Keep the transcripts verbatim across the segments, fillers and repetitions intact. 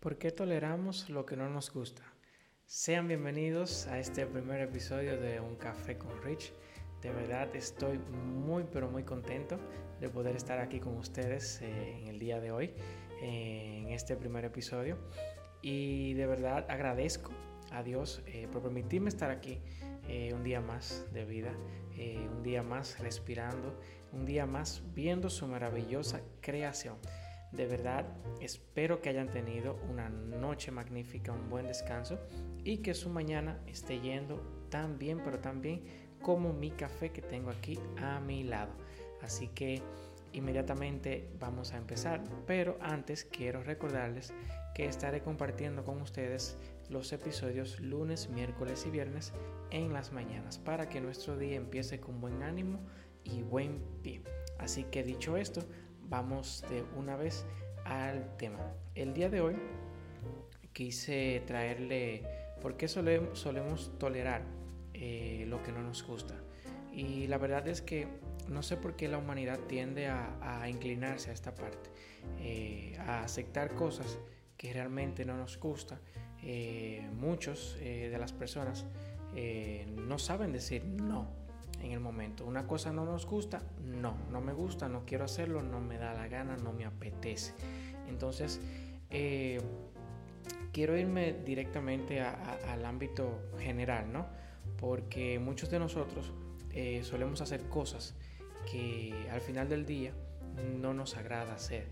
¿Por qué toleramos lo que no nos gusta? Sean bienvenidos a este primer episodio de Un Café con Rich. De verdad estoy muy pero muy contento de poder estar aquí con ustedes eh, en el día de hoy, eh, en este primer episodio. Y de verdad agradezco a Dios eh, por permitirme estar aquí eh, un día más de vida, eh, un día más respirando, un día más viendo su maravillosa creación. De verdad, espero que hayan tenido una noche magnífica, un buen descanso y que su mañana esté yendo tan bien, pero tan bien como mi café que tengo aquí a mi lado. Así que inmediatamente vamos a empezar, pero antes quiero recordarles que estaré compartiendo con ustedes los episodios lunes, miércoles y viernes en las mañanas para que nuestro día empiece con buen ánimo y buen pie. Así que dicho esto, vamos de una vez al tema. El día de hoy quise traerle por qué solemos, solemos tolerar eh, lo que no nos gusta. Y la verdad es que no sé por qué la humanidad tiende a, a inclinarse a esta parte, eh, a aceptar cosas que realmente no nos gustan. Eh, muchos eh, de las personas eh, no saben decir no en el momento. Una cosa no nos gusta, no, no me gusta, no quiero hacerlo, no me da la gana, no me apetece. Entonces, eh, quiero irme directamente a, a, al ámbito general, ¿no? Porque muchos de nosotros eh, solemos hacer cosas que al final del día no nos agrada hacer.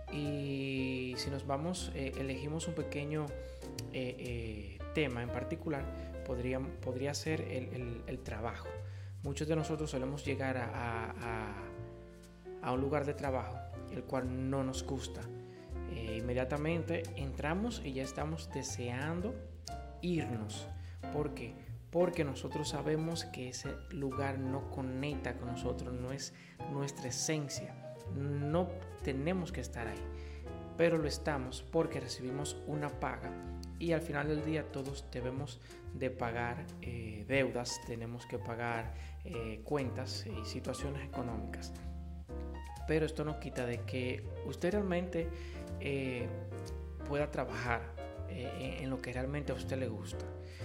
Y si nos vamos, eh, elegimos un pequeño eh, eh, tema en particular, podría, podría ser el, el, el trabajo. Muchos de nosotros solemos llegar a, a, a un lugar de trabajo el cual no nos gusta. Eh, inmediatamente entramos y ya estamos deseando irnos. ¿Por qué? Porque nosotros sabemos que ese lugar no conecta con nosotros, no es nuestra esencia. No tenemos que estar ahí, pero lo estamos porque recibimos una paga y al final del día todos debemos de pagar eh, deudas, tenemos que pagar eh, cuentas y situaciones económicas. Pero esto no quita de que usted realmente eh, pueda trabajar eh, en lo que realmente a usted le gusta.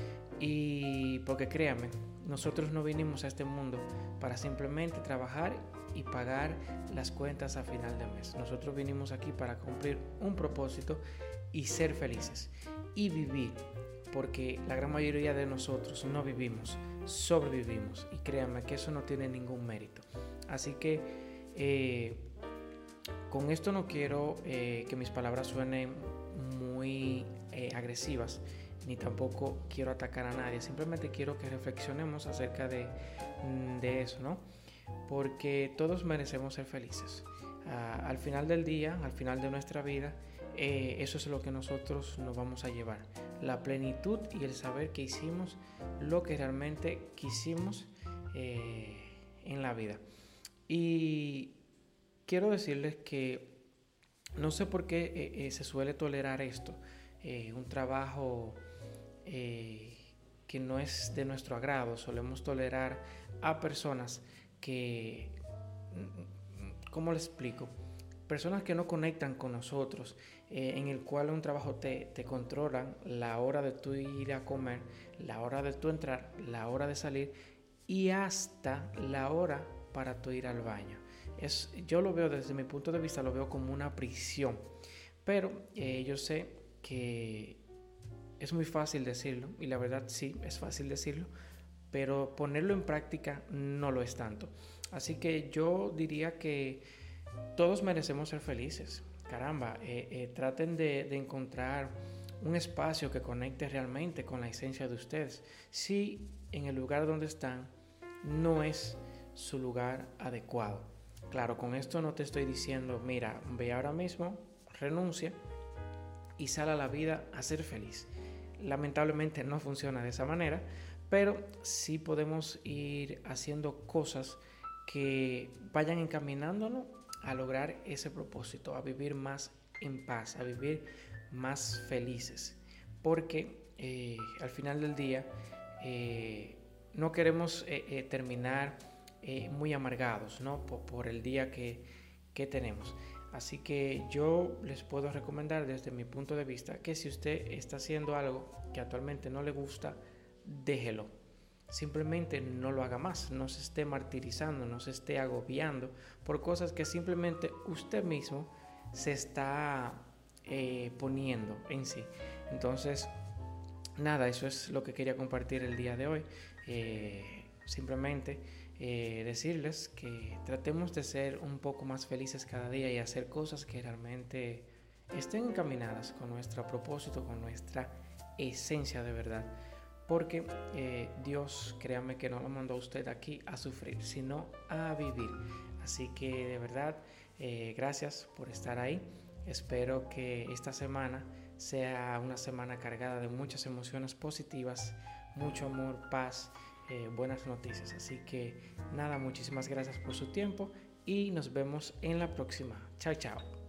Y porque créame, nosotros no vinimos a este mundo para simplemente trabajar y pagar las cuentas a final de mes. Nosotros vinimos aquí para cumplir un propósito y ser felices y vivir, porque la gran mayoría de nosotros no vivimos, sobrevivimos, y créanme que eso no tiene ningún mérito. Así que eh, con esto no quiero eh, que mis palabras suenen muy eh, agresivas, ni tampoco quiero atacar a nadie, simplemente quiero que reflexionemos acerca de, de eso, ¿no? Porque todos merecemos ser felices. Uh, al final del día, al final de nuestra vida, eh, eso es lo que nosotros nos vamos a llevar, la plenitud y el saber que hicimos lo que realmente quisimos eh, en la vida. Y quiero decirles que no sé por qué eh, eh, se suele tolerar esto, eh, un trabajo eh, que no es de nuestro agrado. Solemos tolerar a personas que, ¿cómo les explico? Personas que no conectan con nosotros, eh, en el cual un trabajo te, te controlan la hora de tú ir a comer, la hora de tú entrar, la hora de salir y hasta la hora para tú ir al baño. Es, yo lo veo desde mi punto de vista, lo veo como una prisión, pero eh, yo sé que es muy fácil decirlo, y la verdad sí, es fácil decirlo, pero ponerlo en práctica no lo es tanto. Así que yo diría que todos merecemos ser felices. Caramba, eh, eh, traten de, de encontrar un espacio que conecte realmente con la esencia de ustedes. Si en el lugar donde están no es su lugar adecuado. Claro, con esto no te estoy diciendo, mira, ve ahora mismo, renuncia y sal a la vida a ser feliz. Lamentablemente no funciona de esa manera, pero sí podemos ir haciendo cosas que vayan encaminándonos a lograr ese propósito, a vivir más en paz, a vivir más felices, porque eh, al final del día eh, no queremos eh, eh, terminar eh, muy amargados, ¿no? por, por el día que, que tenemos. Así que yo les puedo recomendar desde mi punto de vista que si usted está haciendo algo que actualmente no le gusta, déjelo. Simplemente no lo haga más, no se esté martirizando, no se esté agobiando por cosas que simplemente usted mismo se está eh, poniendo en sí. Entonces, nada, eso es lo que quería compartir el día de hoy. Eh, simplemente eh, decirles que tratemos de ser un poco más felices cada día y hacer cosas que realmente estén encaminadas con nuestro propósito, con nuestra esencia de verdad. Porque eh, Dios, créame que no lo mandó a usted aquí a sufrir, sino a vivir. Así que de verdad, eh, gracias por estar ahí. Espero que esta semana sea una semana cargada de muchas emociones positivas, mucho amor, paz, eh, buenas noticias. Así que nada, muchísimas gracias por su tiempo y nos vemos en la próxima. Chao, chao.